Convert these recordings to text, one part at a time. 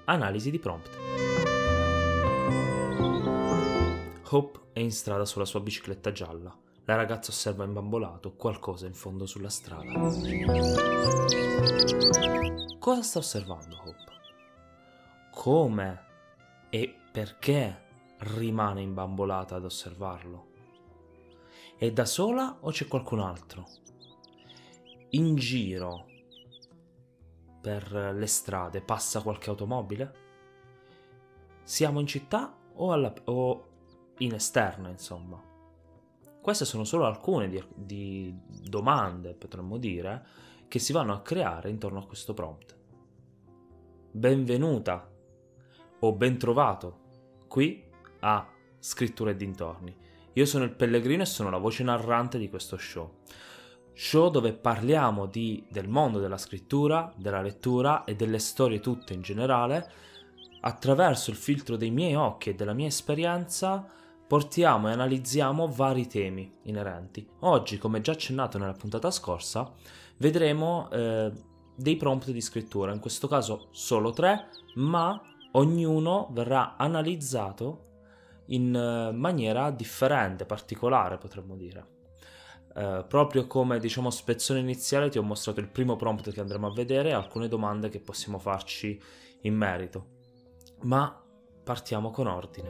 Analisi di prompt. Hope è in strada sulla sua bicicletta gialla. La ragazza osserva imbambolato qualcosa in fondo sulla strada. Cosa sta osservando Hope? Come e perché rimane imbambolata ad osservarlo? È da sola o c'è qualcun altro? In giro per le strade passa qualche automobile? Siamo in città o in esterna, insomma? Queste sono solo alcune di domande, potremmo dire, che si vanno a creare intorno a questo prompt. Benvenuta o ben trovato qui a Scritture e dintorni. Io sono il Pellegrino e sono la voce narrante di questo show dove parliamo del mondo della scrittura, della lettura e delle storie tutte in generale. Attraverso il filtro dei miei occhi e della mia esperienza portiamo e analizziamo vari temi inerenti. Oggi, come già accennato nella puntata scorsa, vedremo dei prompt di scrittura, in questo caso solo 3, ma ognuno verrà analizzato in maniera differente, particolare, potremmo dire. Proprio come, diciamo, spezzone iniziale ti ho mostrato il primo prompt che andremo a vedere e alcune domande che possiamo farci in merito. Ma partiamo con ordine.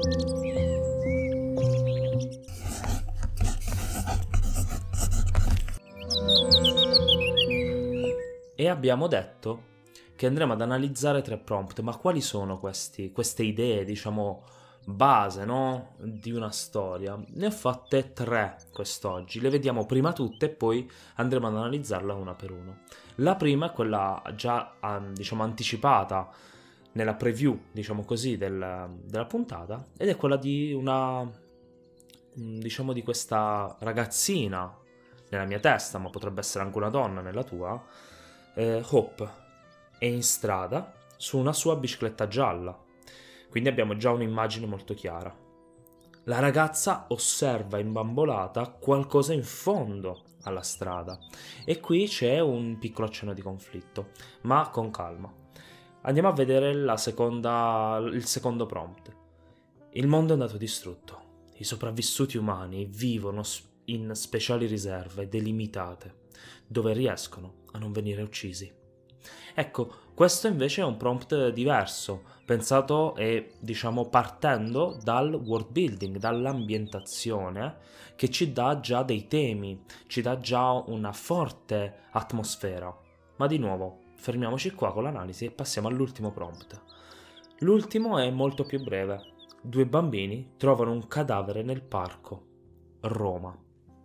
E abbiamo detto che andremo ad analizzare 3 prompt, ma quali sono queste idee, diciamo, base, no? Di una storia? Ne ho fatte 3 quest'oggi, le vediamo prima tutte e poi andremo ad analizzarla una per una. La prima è quella già, diciamo, anticipata nella preview, diciamo così, della puntata, ed è quella di diciamo, di questa ragazzina nella mia testa, ma potrebbe essere anche una donna nella tua. Hope è in strada su una sua bicicletta gialla, quindi abbiamo già un'immagine molto chiara. La ragazza osserva imbambolata qualcosa in fondo alla strada e qui c'è un piccolo accenno di conflitto, ma con calma. Andiamo a vedere il secondo prompt. Il mondo è andato distrutto. I sopravvissuti umani vivono in speciali riserve delimitate, dove riescono a non venire uccisi. Ecco, questo invece è un prompt diverso, pensato e, diciamo, partendo dal world building, dall'ambientazione, che ci dà già dei temi, ci dà già una forte atmosfera. Ma di nuovo, fermiamoci qua con l'analisi e passiamo all'ultimo prompt. L'ultimo è molto più breve. 2 bambini trovano un cadavere nel parco. Roma.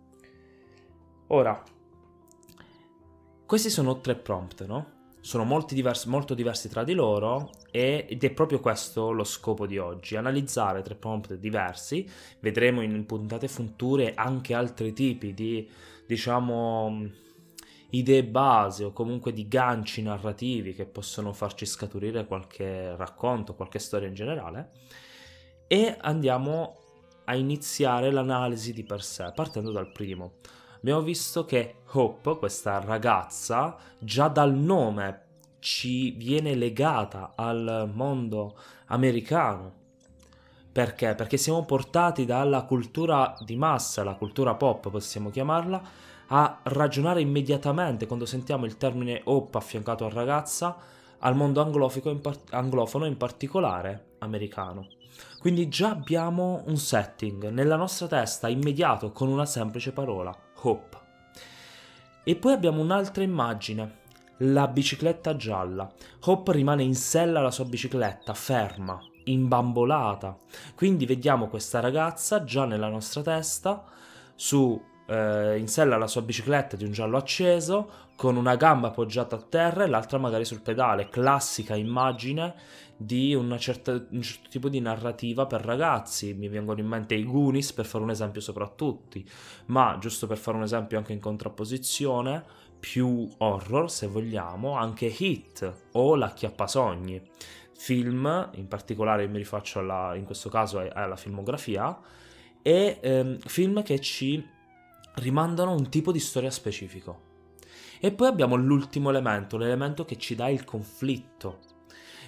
Ora, questi sono 3 prompt, no? Sono molto diversi tra di loro ed è proprio questo lo scopo di oggi, analizzare 3 prompt diversi. Vedremo in puntate future anche altri tipi di, diciamo, idee base o comunque di ganci narrativi che possono farci scaturire qualche racconto, qualche storia in generale, e andiamo a iniziare l'analisi di per sé, partendo dal primo. Abbiamo visto che Hope, questa ragazza, già dal nome ci viene legata al mondo americano. Perché? Perché siamo portati dalla cultura di massa, la cultura pop possiamo chiamarla, a ragionare immediatamente quando sentiamo il termine Hope affiancato a ragazza al mondo anglofono, in particolare americano. Quindi già abbiamo un setting nella nostra testa immediato con una semplice parola, Hope. E poi abbiamo un'altra immagine, la bicicletta gialla. Hope rimane in sella alla sua bicicletta, ferma, imbambolata. Quindi vediamo questa ragazza già nella nostra testa in sella alla sua bicicletta di un giallo acceso, con una gamba appoggiata a terra e l'altra magari sul pedale. Classica immagine di un certo tipo di narrativa per ragazzi. Mi vengono in mente i Goonies, per fare un esempio soprattutto, ma giusto per fare un esempio anche in contrapposizione, più horror se vogliamo, anche Hit o L'acchiappasogni. Film, in particolare mi rifaccio in questo caso alla filmografia, e film che ci rimandano un tipo di storia specifico. E poi abbiamo l'ultimo elemento, l'elemento che ci dà il conflitto.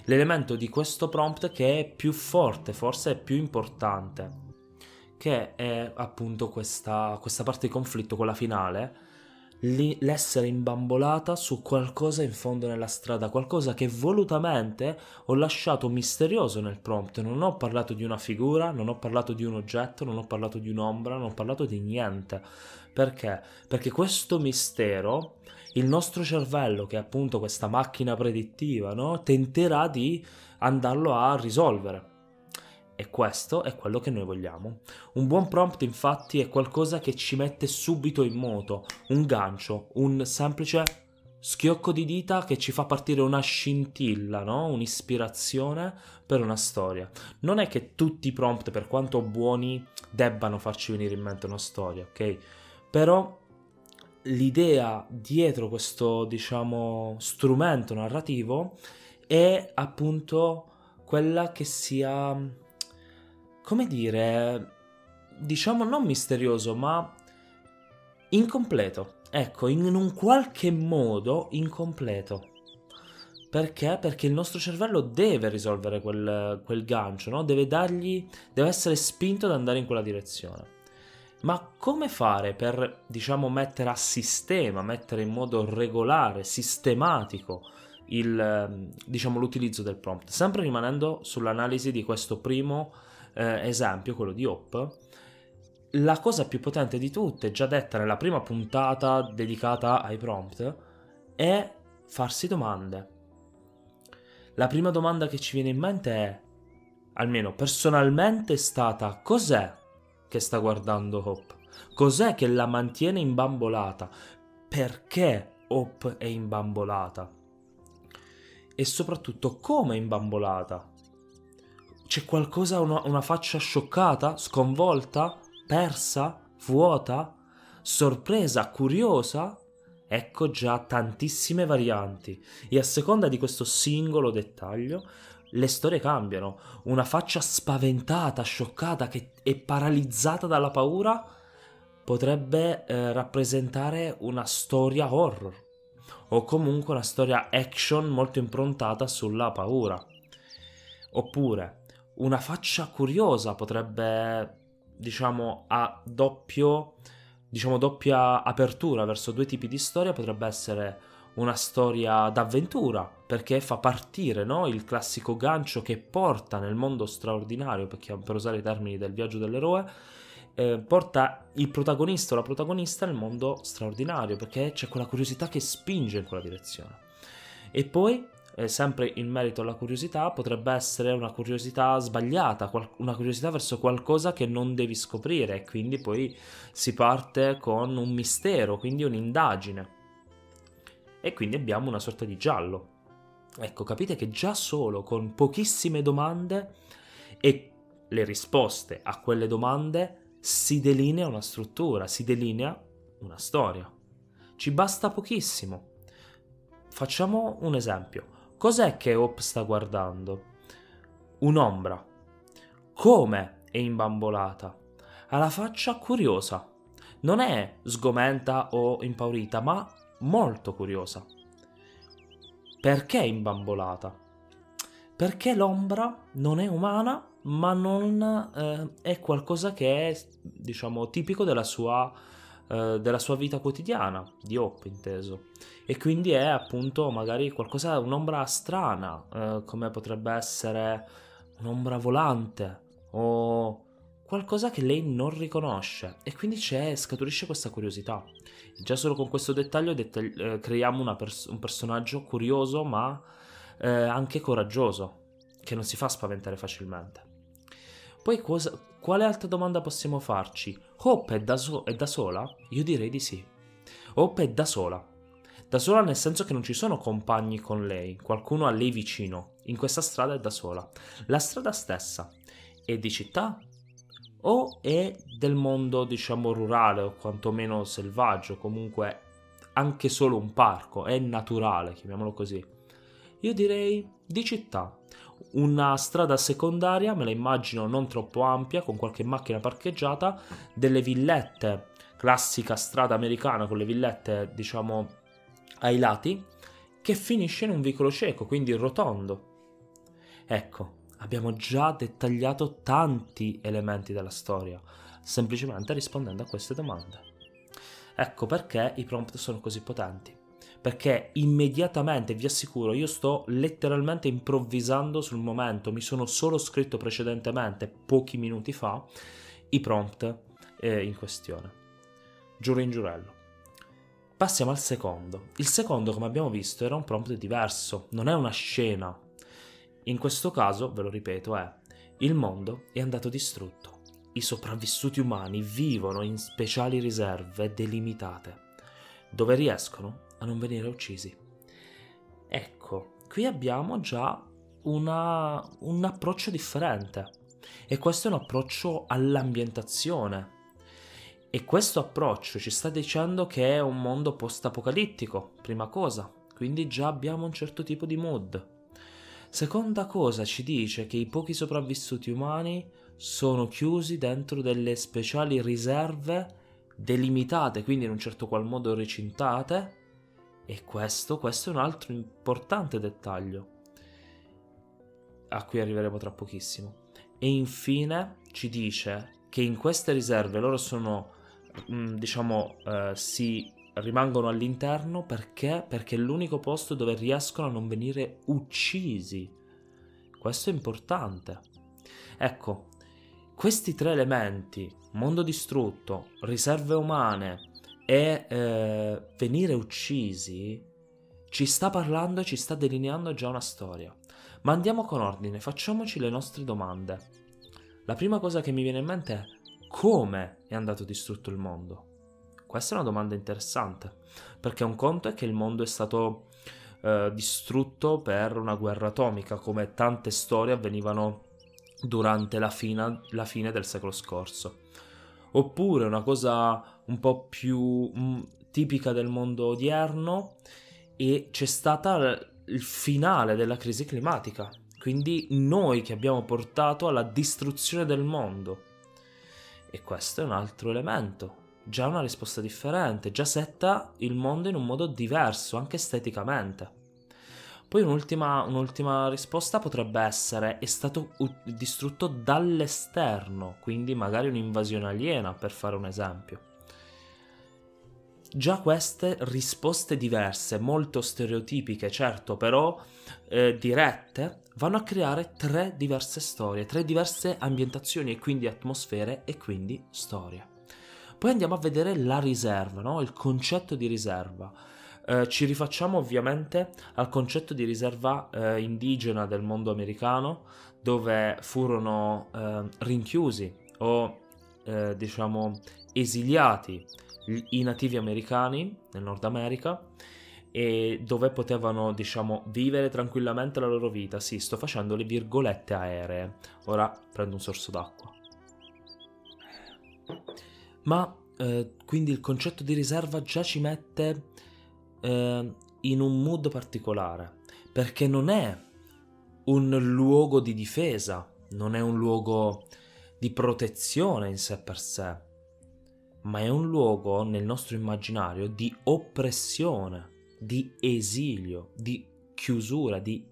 l'elemento di questo prompt che è più forte, forse è più importante, che è appunto questa parte di conflitto, quella finale, l'essere imbambolata su qualcosa in fondo nella strada, qualcosa che volutamente ho lasciato misterioso nel prompt. Non ho parlato di una figura, non ho parlato di un oggetto, non ho parlato di un'ombra, non ho parlato di niente. Perché? Perché questo mistero il nostro cervello, che è appunto questa macchina predittiva, no? Tenterà di andarlo a risolvere. E questo è quello che noi vogliamo. Un buon prompt, infatti, è qualcosa che ci mette subito in moto, un gancio, un semplice schiocco di dita che ci fa partire una scintilla, no? Un'ispirazione per una storia. Non è che tutti i prompt, per quanto buoni, debbano farci venire in mente una storia, ok? Però l'idea dietro questo, diciamo, strumento narrativo è appunto quella che sia, come dire, diciamo non misterioso, ma incompleto. Ecco, in un qualche modo incompleto. Perché? Perché il nostro cervello deve risolvere quel gancio, no? Deve essere spinto ad andare in quella direzione. Ma come fare per, diciamo, mettere a sistema, mettere in modo regolare, sistematico diciamo, l'utilizzo del prompt? Sempre rimanendo sull'analisi di questo primo esempio, quello di Hope, la cosa più potente di tutte, già detta nella prima puntata dedicata ai prompt, è farsi domande. La prima domanda che ci viene in mente è, almeno personalmente, è stata: cos'è che sta guardando Hope? Cos'è che la mantiene imbambolata? Perché Hope è imbambolata? E soprattutto come è imbambolata? C'è qualcosa, una faccia scioccata, sconvolta, persa, vuota, sorpresa, curiosa? Ecco già tantissime varianti, e a seconda di questo singolo dettaglio le storie cambiano. Una faccia spaventata, scioccata, che è paralizzata dalla paura potrebbe rappresentare una storia horror, o comunque una storia action molto improntata sulla paura. Oppure una faccia curiosa potrebbe, diciamo, doppia apertura verso due tipi di storia. Potrebbe essere una storia d'avventura, perché fa partire, no, il classico gancio che porta nel mondo straordinario, perché, per usare i termini del viaggio dell'eroe, porta il protagonista o la protagonista nel mondo straordinario, perché c'è quella curiosità che spinge in quella direzione. E poi, sempre in merito alla curiosità, potrebbe essere una curiosità sbagliata, una curiosità verso qualcosa che non devi scoprire, e quindi poi si parte con un mistero, quindi un'indagine. E quindi abbiamo una sorta di giallo. Ecco, capite che già solo con pochissime domande e le risposte a quelle domande si delinea una struttura, si delinea una storia. Ci basta pochissimo. Facciamo un esempio. Cos'è che Hope sta guardando? Un'ombra. Come è imbambolata? Ha la faccia curiosa. Non è sgomenta o impaurita, ma molto curiosa. Perché è imbambolata? Perché l'ombra non è umana, ma non è qualcosa che è, diciamo, tipico della sua vita quotidiana, di Hope inteso. E quindi è appunto magari qualcosa, un'ombra strana, come potrebbe essere un'ombra volante o qualcosa che lei non riconosce, e quindi scaturisce questa curiosità. Già solo con questo dettaglio creiamo un personaggio curioso, ma anche coraggioso, che non si fa spaventare facilmente. Poi quale altra domanda possiamo farci? Hope è da sola? Io direi di sì. Hope è da sola. Da sola nel senso che non ci sono compagni con lei, qualcuno a lei vicino. In questa strada è da sola. La strada stessa è di città o è del mondo, diciamo, rurale o quantomeno selvaggio, comunque anche solo un parco, è naturale, chiamiamolo così. Io direi di città. Una strada secondaria, me la immagino non troppo ampia, con qualche macchina parcheggiata, delle villette, classica strada americana con le villette, diciamo, ai lati, che finisce in un vicolo cieco, quindi rotondo. Ecco, abbiamo già dettagliato tanti elementi della storia, semplicemente rispondendo a queste domande. Ecco perché i prompt sono così potenti. Perché immediatamente, vi assicuro, io sto letteralmente improvvisando sul momento, mi sono solo scritto precedentemente, pochi minuti fa, i prompt in questione. Giuro in giurello. Passiamo al secondo. Il secondo, come abbiamo visto, era un prompt diverso, non è una scena. In questo caso, ve lo ripeto, è: il mondo è andato distrutto. I sopravvissuti umani vivono in speciali riserve delimitate, dove riescono a non venire uccisi. Ecco, qui abbiamo già un approccio differente. E questo è un approccio all'ambientazione. E questo approccio ci sta dicendo che è un mondo post-apocalittico, prima cosa. Quindi già abbiamo un certo tipo di mood. Seconda cosa, ci dice che i pochi sopravvissuti umani sono chiusi dentro delle speciali riserve delimitate, quindi in un certo qual modo recintate, e questo è un altro importante dettaglio a cui arriveremo tra pochissimo. E infine ci dice che in queste riserve loro sono, si rimangono all'interno perché è l'unico posto dove riescono a non venire uccisi. Questo è importante. Ecco, questi tre elementi, mondo distrutto, riserve umane e venire uccisi, ci sta parlando e ci sta delineando già una storia. Ma andiamo con ordine, facciamoci le nostre domande. La prima cosa che mi viene in mente è: come è andato distrutto il mondo? Questa è una domanda interessante, perché un conto è che il mondo è stato distrutto per una guerra atomica, come tante storie avvenivano durante la fine del secolo scorso. Oppure una cosa un po' più tipica del mondo odierno, e c'è stata il finale della crisi climatica, quindi noi che abbiamo portato alla distruzione del mondo. E questo è un altro elemento, già una risposta differente, già setta il mondo in un modo diverso, anche esteticamente. Poi un'ultima risposta potrebbe essere: è stato distrutto dall'esterno, quindi magari un'invasione aliena, per fare un esempio. Già queste risposte diverse, molto stereotipiche, certo, però dirette, vanno a creare tre diverse storie, tre diverse ambientazioni e quindi atmosfere e quindi storie. Poi andiamo a vedere la riserva, no? Il concetto di riserva. Ci rifacciamo ovviamente al concetto di riserva indigena del mondo americano, dove furono rinchiusi o esiliati i nativi americani nel Nord America, e dove potevano vivere tranquillamente la loro vita. Sì, sto facendo le virgolette aeree, ora prendo un sorso d'acqua. Ma quindi il concetto di riserva già ci mette in un mood particolare, perché non è un luogo di difesa, non è un luogo di protezione in sé per sé, ma è un luogo nel nostro immaginario di oppressione, di esilio, di chiusura, di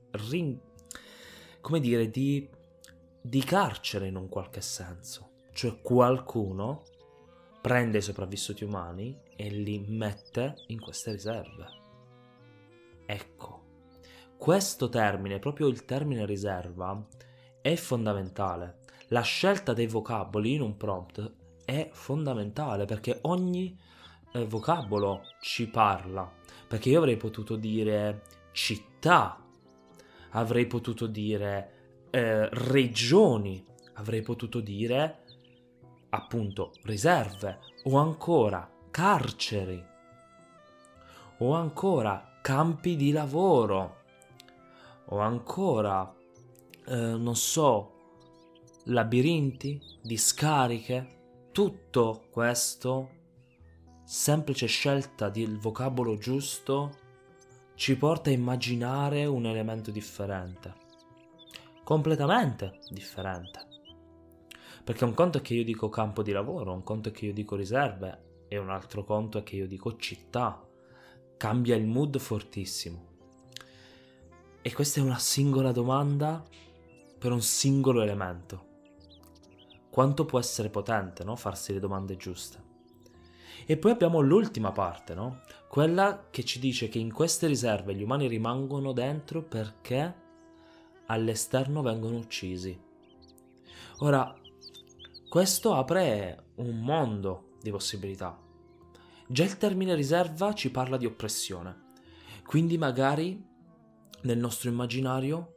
carcere in un qualche senso. Cioè qualcuno prende i sopravvissuti umani e li mette in queste riserve. Ecco, questo termine, proprio il termine riserva, è fondamentale. La scelta dei vocaboli in un prompt è fondamentale, perché ogni vocabolo ci parla. Perché io avrei potuto dire città, avrei potuto dire regioni, avrei potuto dire appunto riserve, o ancora carceri, o ancora campi di lavoro, o ancora non so, labirinti, discariche. Tutto questo, semplice scelta del vocabolo giusto, ci porta a immaginare un elemento differente, completamente differente. Perché un conto è che io dico campo di lavoro, un conto è che io dico riserve, e un altro conto è che io dico città. Cambia il mood fortissimo. E questa è una singola domanda per un singolo elemento. Quanto può essere potente, no? Farsi le domande giuste. E poi abbiamo l'ultima parte, no? Quella che ci dice che in queste riserve gli umani rimangono dentro perché all'esterno vengono uccisi. Ora, questo apre un mondo di possibilità. Già il termine riserva ci parla di oppressione. Quindi magari nel nostro immaginario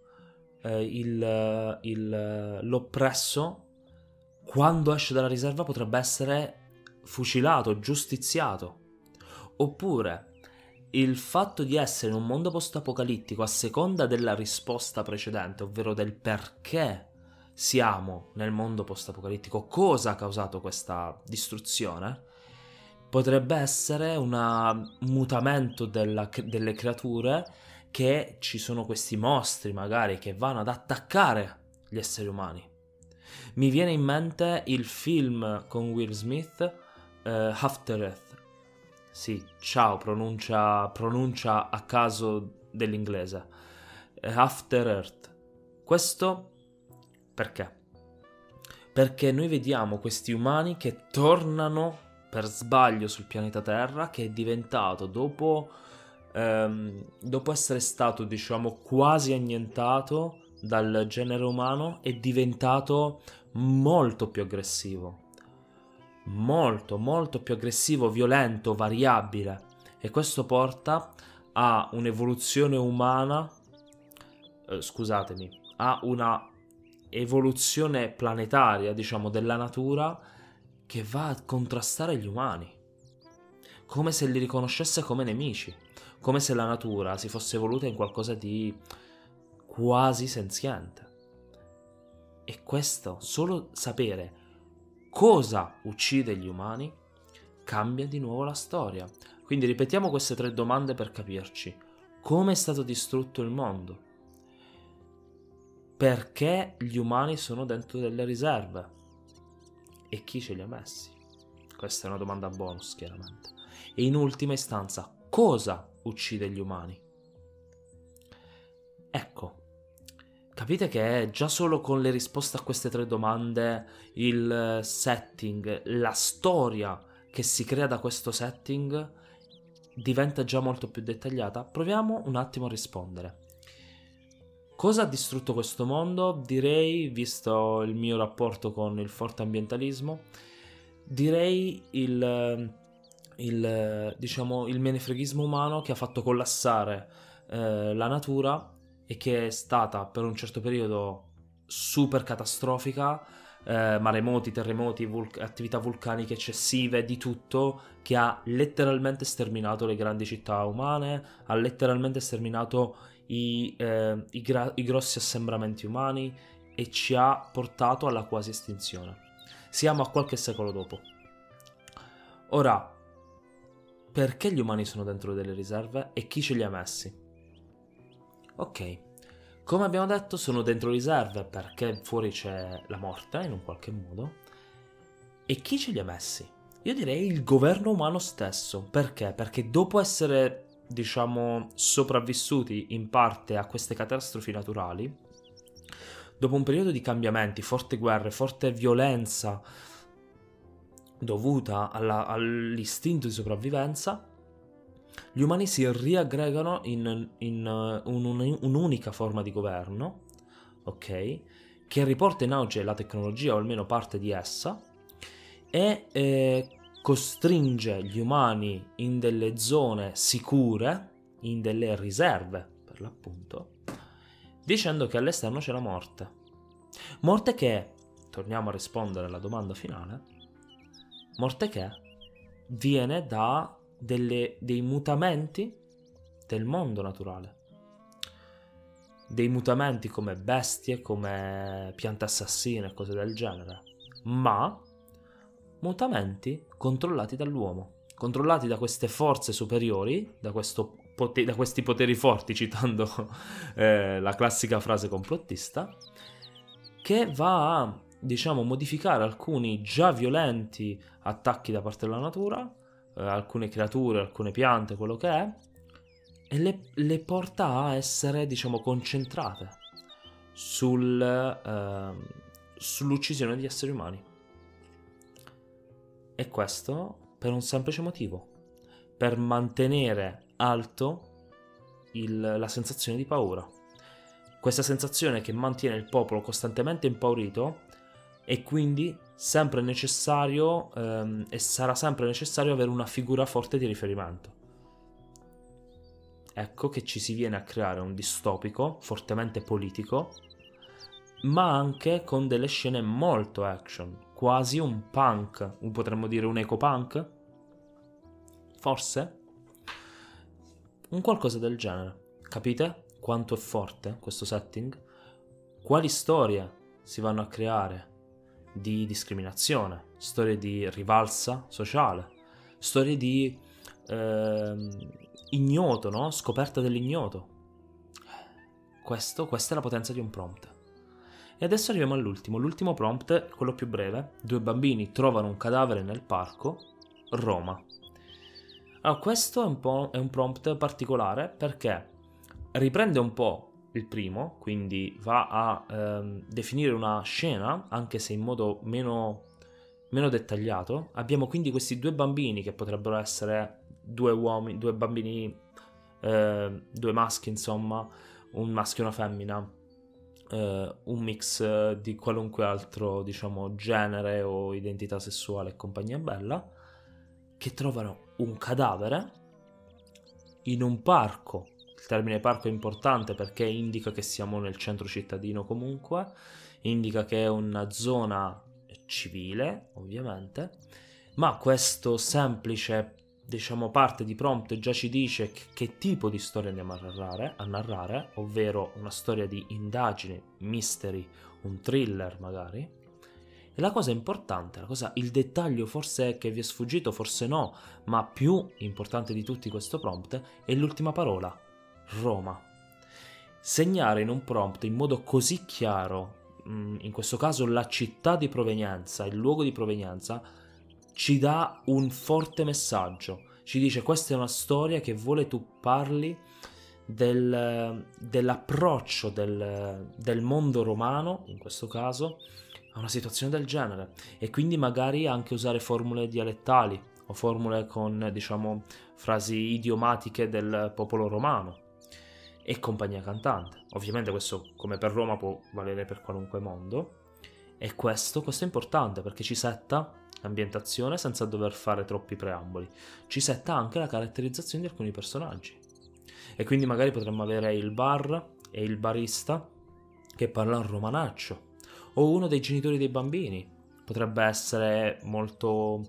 l'oppresso, quando esce dalla riserva, potrebbe essere fucilato, giustiziato. Oppure il fatto di essere in un mondo post-apocalittico a seconda della risposta precedente, ovvero del perché siamo nel mondo post-apocalittico, cosa ha causato questa distruzione, potrebbe essere un mutamento delle creature, che ci sono questi mostri magari che vanno ad attaccare gli esseri umani. Mi viene in mente il film con Will Smith, After Earth. Sì, ciao, pronuncia a caso dell'inglese. After Earth. Questo perché? Perché noi vediamo questi umani che tornano per sbaglio sul pianeta Terra, che è diventato, dopo essere stato, diciamo, quasi annientato dal genere umano, è diventato molto più aggressivo. Molto, molto più aggressivo, violento, variabile. E questo porta a un'evoluzione umana, a una evoluzione planetaria, diciamo, della natura, che va a contrastare gli umani, come se li riconoscesse come nemici, come se la natura si fosse evoluta in qualcosa di quasi senziente. E questo, solo sapere cosa uccide gli umani, cambia di nuovo la storia. Quindi ripetiamo queste 3 domande per capirci. Come è stato distrutto il mondo? Perché gli umani sono dentro delle riserve? E chi ce li ha messi? Questa è una domanda bonus, chiaramente. E in ultima istanza, cosa uccide gli umani? Ecco, capite che già solo con le risposte a queste 3 domande, il setting, la storia che si crea da questo setting diventa già molto più dettagliata. Proviamo un attimo a rispondere. Cosa ha distrutto questo mondo? Direi, visto il mio rapporto con il forte ambientalismo, direi il menefreghismo umano, che ha fatto collassare la natura, e che è stata per un certo periodo super catastrofica, maremoti, terremoti, attività vulcaniche eccessive, di tutto, che ha letteralmente sterminato le grandi città umane, ha letteralmente sterminato i grossi assembramenti umani, e ci ha portato alla quasi estinzione. Siamo a qualche secolo dopo. Ora, perché gli umani sono dentro delle riserve e chi ce li ha messi? Ok, come abbiamo detto, sono dentro riserve perché fuori c'è la morte, in un qualche modo. E chi ce li ha messi? Io direi il governo umano stesso. Perché? Perché dopo essere, diciamo, sopravvissuti in parte a queste catastrofi naturali, dopo un periodo di cambiamenti, forti guerre, forte violenza dovuta all'istinto di sopravvivenza, gli umani si riaggregano in un'unica forma di governo, ok? Che riporta in auge la tecnologia, o almeno parte di essa, e costringe gli umani in delle zone sicure, in delle riserve, per l'appunto, dicendo che all'esterno c'è la morte. Morte che, torniamo a rispondere alla domanda finale, morte che viene da dei mutamenti del mondo naturale, dei mutamenti come bestie, come piante assassine e cose del genere, ma mutamenti controllati dall'uomo, controllati da queste forze superiori, da questi poteri forti, citando la classica frase complottista, che va a, diciamo, modificare alcuni già violenti attacchi da parte della natura, alcune creature, alcune piante, quello che è, e le porta a essere, diciamo, concentrate. sull'uccisione di esseri umani. E questo per un semplice motivo: per mantenere alto la sensazione di paura. Questa sensazione che mantiene il popolo costantemente impaurito, e quindi sempre necessario e sarà sempre necessario avere una figura forte di riferimento. Ecco che ci si viene a creare un distopico fortemente politico, ma anche con delle scene molto action, quasi un punk, potremmo dire un eco-punk? Forse? Un qualcosa del genere. Capite quanto è forte questo setting? Quali storie si vanno a creare di discriminazione, storie di rivalsa sociale, storie di ignoto, no? Scoperta dell'ignoto. Questa è la potenza di un prompt. E adesso arriviamo l'ultimo prompt, quello più breve. 2 bambini trovano un cadavere nel parco, Roma. Allora, questo è un prompt particolare perché riprende un po' il primo, quindi va a definire una scena, anche se in modo meno dettagliato. Abbiamo quindi questi 2 bambini che potrebbero essere 2 uomini, 2 bambini, 2 maschi, insomma, un maschio e una femmina, un mix di qualunque altro, diciamo, genere o identità sessuale e compagnia bella, che trovano un cadavere in un parco. Il termine parco è importante perché indica che siamo nel centro cittadino, comunque indica che è una zona civile, ovviamente, ma questo semplice, diciamo, parte di prompt già ci dice che tipo di storia andiamo a narrare, ovvero una storia di indagine, mystery, un thriller magari. E la cosa importante, il dettaglio forse che vi è sfuggito, forse no, ma più importante di tutti questo prompt è l'ultima parola, Roma. Segnare in un prompt in modo così chiaro, in questo caso la città di provenienza, il luogo di provenienza, ci dà un forte messaggio. Ci dice: questa è una storia che vuole tu parli dell'approccio del mondo romano, in questo caso, a una situazione del genere, e quindi magari anche usare formule dialettali o formule con, diciamo, frasi idiomatiche del popolo romano e compagnia cantante. Ovviamente questo, come per Roma, può valere per qualunque mondo, e questo è importante perché ci setta l'ambientazione senza dover fare troppi preamboli, ci setta anche la caratterizzazione di alcuni personaggi, e quindi magari potremmo avere il bar e il barista che parla un romanaccio, o uno dei genitori dei bambini potrebbe essere molto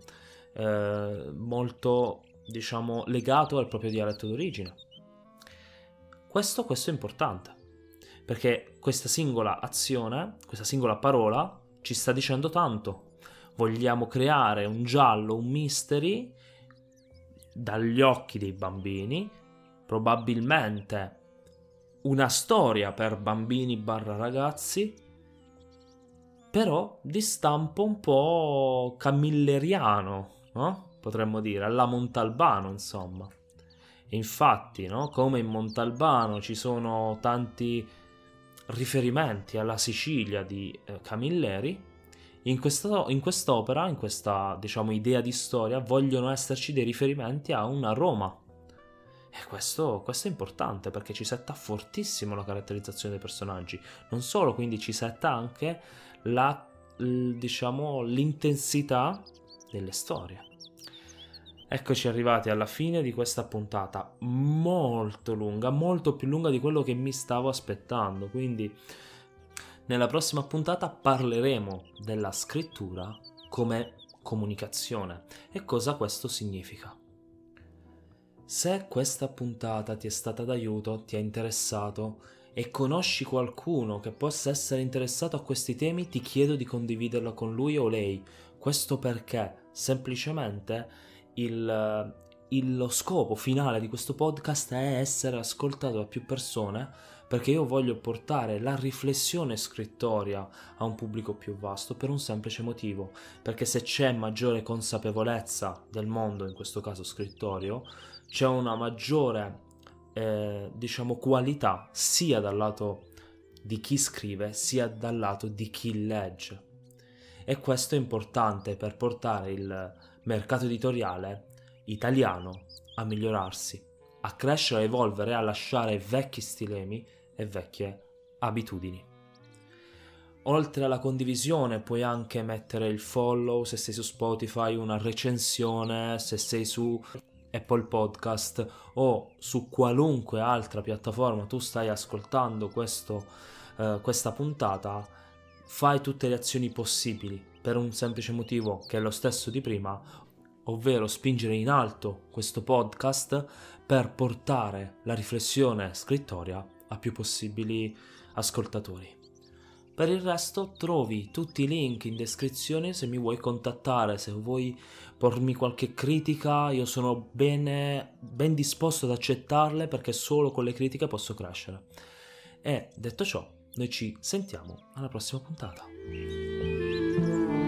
diciamo legato al proprio dialetto d'origine. Questo è importante perché questa singola azione, questa singola parola ci sta dicendo tanto. Vogliamo creare un giallo, un mystery dagli occhi dei bambini, probabilmente una storia per bambini / ragazzi, però di stampo un po' camilleriano, no? Potremmo dire, alla Montalbano, insomma. E infatti, no? Come in Montalbano ci sono tanti riferimenti alla Sicilia di Camilleri, in quest'opera, in questa, diciamo, idea di storia, vogliono esserci dei riferimenti a una Roma. E questo è importante perché ci setta fortissimo la caratterizzazione dei personaggi. Non solo, quindi ci setta anche diciamo, l'intensità delle storie. Eccoci arrivati alla fine di questa puntata molto lunga, molto più lunga di quello che mi stavo aspettando. Quindi nella prossima puntata parleremo della scrittura come comunicazione e cosa questo significa. Se questa puntata ti è stata d'aiuto, ti ha interessato e conosci qualcuno che possa essere interessato a questi temi, ti chiedo di condividerla con lui o lei. Questo perché semplicemente lo scopo finale di questo podcast è essere ascoltato da più persone, perché io voglio portare la riflessione scrittoria a un pubblico più vasto per un semplice motivo, perché se c'è maggiore consapevolezza del mondo, in questo caso scrittorio, c'è una maggiore diciamo qualità sia dal lato di chi scrive sia dal lato di chi legge. E questo è importante per portare il mercato editoriale italiano a migliorarsi, a crescere, a evolvere, a lasciare vecchi stilemi e vecchie abitudini. Oltre alla condivisione puoi anche mettere il follow se sei su Spotify, una recensione se sei su Apple Podcast o su qualunque altra piattaforma tu stai ascoltando questa puntata. Fai tutte le azioni possibili per un semplice motivo che è lo stesso di prima, ovvero spingere in alto questo podcast per portare la riflessione scrittoria a più possibili ascoltatori. Per il resto trovi tutti i link in descrizione se mi vuoi contattare, se vuoi pormi qualche critica, io sono ben disposto ad accettarle, perché solo con le critiche posso crescere. E detto ciò, noi ci sentiamo alla prossima puntata.